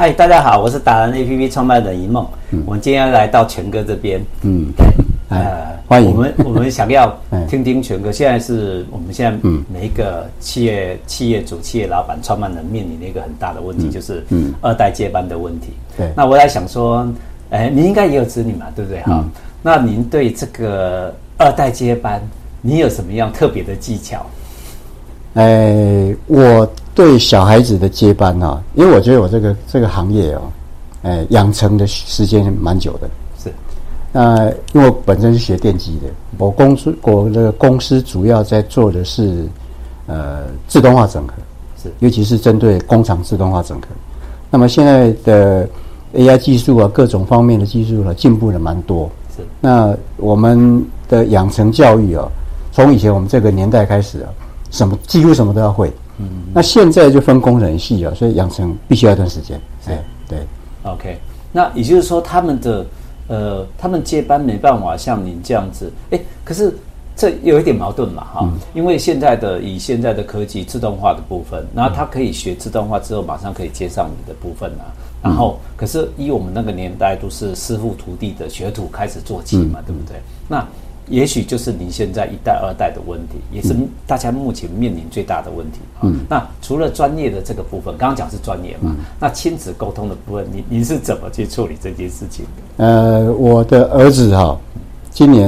嗨，大家好，我是达人 APP 创办人一梦。我们今天来到全哥这边， 欢迎。 我们想要听听全哥，现在是我们现在每一个企业主、企业老板、创办人面临的一个很大的问题，就是二代接班的问题。 对， 那我在想说，您应该也有子女嘛，对不对？哈，那您对这个二代接班，你有什么样特别的技巧？ 我对小孩子的接班啊，因为我觉得我这个行业养成的时间蛮久的。 是， 因为我本身是学电机的，我的公司主要在做的是自动化整合， 是， 尤其是针对工厂自动化整合。那么现在的 AI 技术啊，各种方面的技术进步的蛮多。 是，那我们的养成教育啊，从以前我们这个年代开始啊，几乎什么都要会。那现在就分工人系啊，所以养成必须要一段时间。对。 OK， 那也就是说，他们接班没办法像您这样子，可是这有一点矛盾嘛，哈，因为以现在的科技自动化的部分，然后他可以学自动化之后，马上可以接上你的部分啊，然后可是以我们那个年代都是师傅徒弟的学徒开始做起嘛，对不对？那也许就是您现在一代、二代的问题，也是大家目前面临最大的问题。那除了专业的这个部分，刚刚讲是专业嘛，那亲子沟通的部分，您是怎么去处理这件事情的？ 我的儿子今年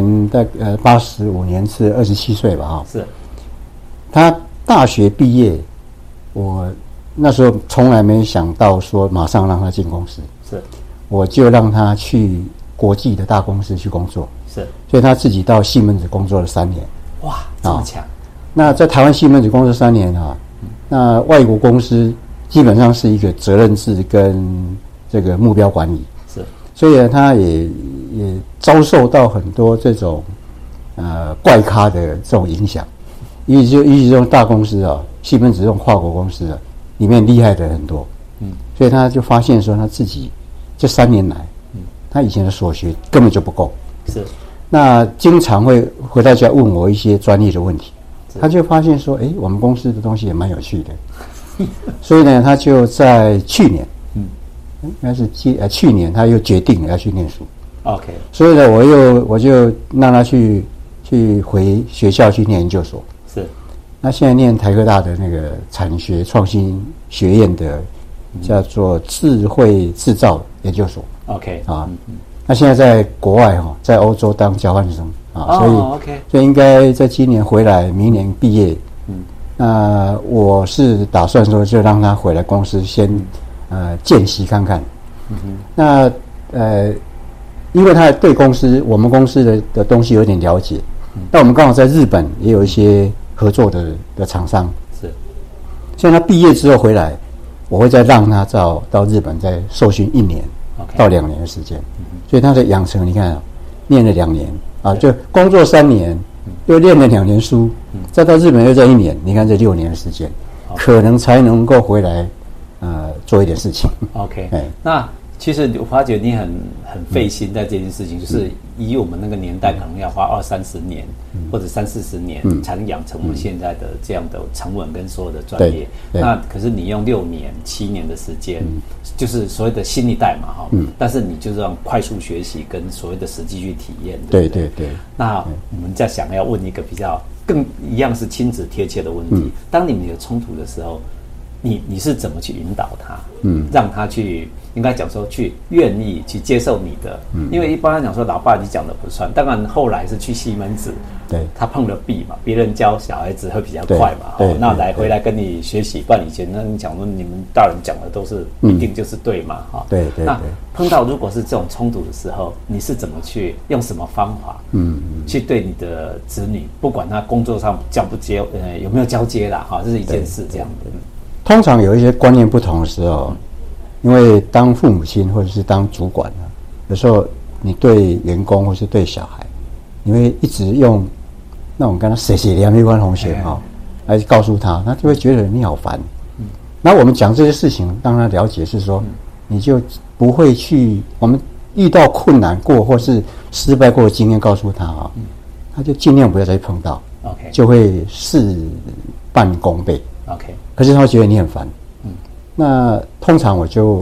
85年是27岁吧， 是。 他大学毕业，我那时候从来没想到说马上让他进公司， 是， 我就让他去国际的大公司去工作。 是， 所以他自己到西门子工作了3年。 哇，这么强！ 那在台湾西门子工作3年那外国公司基本上是一个责任制跟这个目标管理。 是， 所以呢，他也遭受到很多这种怪咖的这种影响。尤其这种大公司西门子这种跨国公司里面厉害的人很多。所以他就发现说他自己这3年来，他以前的所学根本就不够。 是， 那经常会回到家问我一些专业的问题，他就发现说，我们公司的东西也蛮有趣的，所以呢，他就在去年，应该是去年，他又决定了要去念书。 OK， 所以呢，我就让他去回学校去念研究所。 是， 那现在念台科大的那个产学创新学院的，叫做智慧制造研究所。 OK， 那现在在国外在欧洲当交换生所以应该在今年回来，明年毕业。那我是打算说，就让他回来公司先见习看看。那因为他对我们公司的东西有点了解，那我们刚好在日本也有一些合作的厂商。 是， 所以他毕业之后回来，我会再让他到日本再受训1年到2年的时间。所以他的养成，你看念了2年就工作3年，又练了2年书，再到日本又在1年，你看这6年的时间，可能才能够回来做一点事情。 OK， 那其实我发觉你很费心在这件事情，就是以我们那个年代，可能要花20-30年或者30-40年才能养成我们现在的这样的沉稳跟所有的专业。那可是你用6年、7年的时间，就是所谓的新一代嘛，但是你就是让快速学习跟所谓的实际去体验。对。那我们再想要问一个比较更一样是亲子贴切的问题：当你们有冲突的时候，你是怎么去引导他？让他去。应该讲说去愿意去接受你的，因为一般来讲说老爸你讲的不算，当然后来是去西门子，他碰了壁嘛，别人教小孩子会比较快嘛，那回来跟你学习，不然以前那你讲说你们大人讲的都是一定就是对嘛， 对。 那碰到如果是这种冲突的时候，你是怎么去用什么方法，去对你的子女，不管他工作上有没有交接啦，这是一件事这样的。 通常有一些观念不同的时候。因为当父母亲或者是当主管有时候你对员工或是对小孩，你会一直用那种跟他谁连没关同学来告诉他，他就会觉得你好烦。那我们讲这些事情，让他了解是说，你就不会去我们遇到困难过或是失败过的经验告诉他他就尽量不要再碰到，就会事半功倍。可是他会觉得你很烦。那通常我就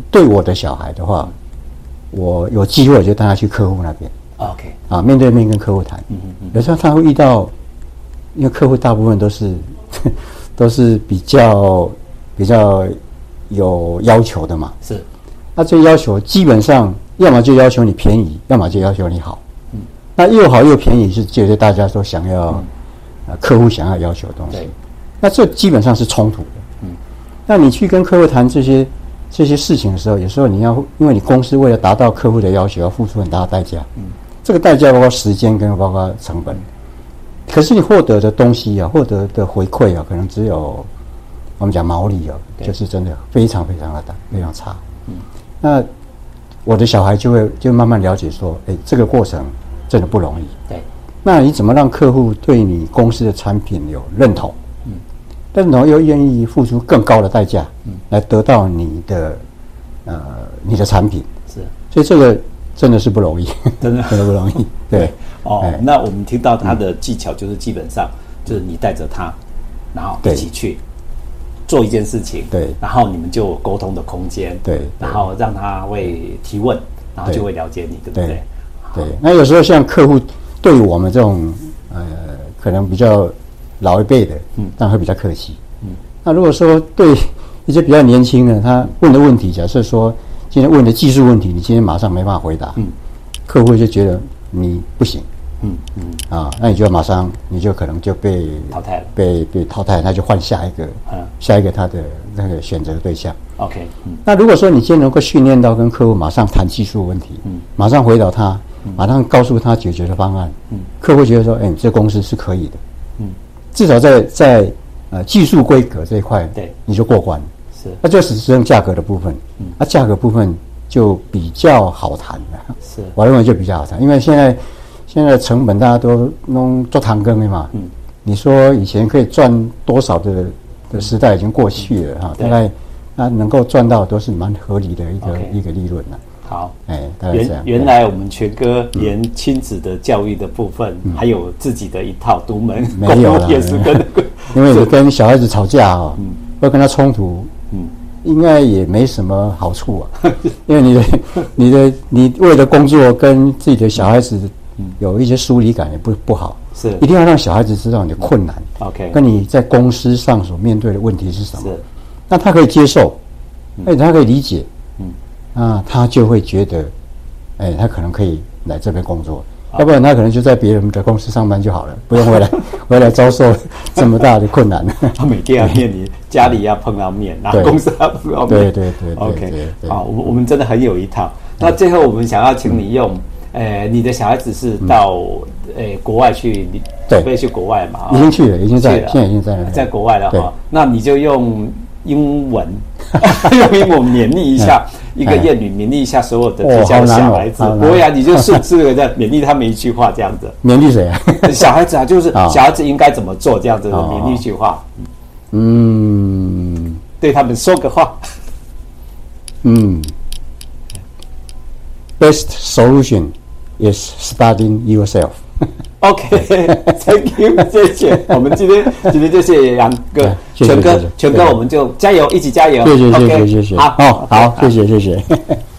对我的小孩的话，我有机会我就带他去客户那边 ，OK， 啊，面对面跟客户谈。有时候他会遇到，因为客户大部分都是比较有要求的嘛。 是。 那这要求基本上要么就要求你便宜，要么就要求你好。那又好又便宜是绝对大家都想要，客户想要要求的东西。那这基本上是冲突的。那你去跟客户谈这些事情的时候，有时候你要因为你公司为了达到客户的要求，要付出很大的代价。这个代价包括时间跟包括成本。可是你获得的东西啊，获得的回馈啊，可能只有我们讲毛利啊，就是真的非常非常的大，非常差。那我的小孩就慢慢了解说，这个过程真的不容易。 对。 那你怎么让客户对你公司的产品有认同？认同又愿意付出更高的代价，来得到你的产品。 是。 所以这个真的是不容易， 真的不容易。对。 那我们听到他的技巧就是基本上就是你带着他，然后一起去做一件事情， 对， 然后你们就有沟通的空间， 对， 然后让他会提问，然后就会了解你，对不对？ 对。那有时候像客户对我们这种可能比较老一辈的，当然会比较客气。那如果说对一些比较年轻的，他问的问题，假设说今天问的技术问题，你今天马上没办法回答，客户就觉得你不行。那你就马上，你就可能就被淘汰了， 被淘汰，那就换下一个他的那个选择的对象。 OK， 那如果说你今天能够训练到跟客户马上谈技术问题，马上回答他，马上告诉他解决的方案，客户觉得说，你这公司是可以的，至少在技术规格这一块， 对， 你就过关。 是， 那就只剩价格的部分，那价格部分就比较好谈了。 是， 我认为就比较好谈，因为现在的成本大家都弄做糖羹的嘛，你说以前可以赚多少的时代已经过去了哈，大概那能够赚到都是蛮合理的一个利润了。 好， 大概这样。 原来我们全哥连亲子的教育的部分，还有自己的一套独门没有了， 也是跟因为你跟小孩子吵架会跟他冲突，应该也没什么好处啊，因为你为了工作跟自己的小孩子有一些疏离感也不好， 是一定要让小孩子知道你的困难 ，OK， 跟你在公司上所面对的问题是什么， 是， 那他可以接受，他可以理解，他就会觉得，他可能可以来这边工作，要不然他可能就在别人的公司上班就好了，不用回来遭受这么大的困难。 他每天要面临家里要碰到面，然后公司要碰到面， 对 ，OK， 好，我们真的很有一套。那最后我们想要请你用。你的小孩子是到国外去，准备去国外嘛？ 已经去了，现在已经在国外了哈。那你就用英文，用英文勉励一下一个谚语，勉励一下所有的这家的小孩子。不会啊，你就顺势的在勉励他们一句话这样子。 勉励谁啊？ 小孩子啊，就是小孩子应该怎么做这样子的勉励一句话。对他们说个话。 Best solution is starting yourself. OK，Thank you， 谢谢。我们今天就谢谢杨哥、全哥，我们就加油，一起加油。 谢谢。好，谢谢。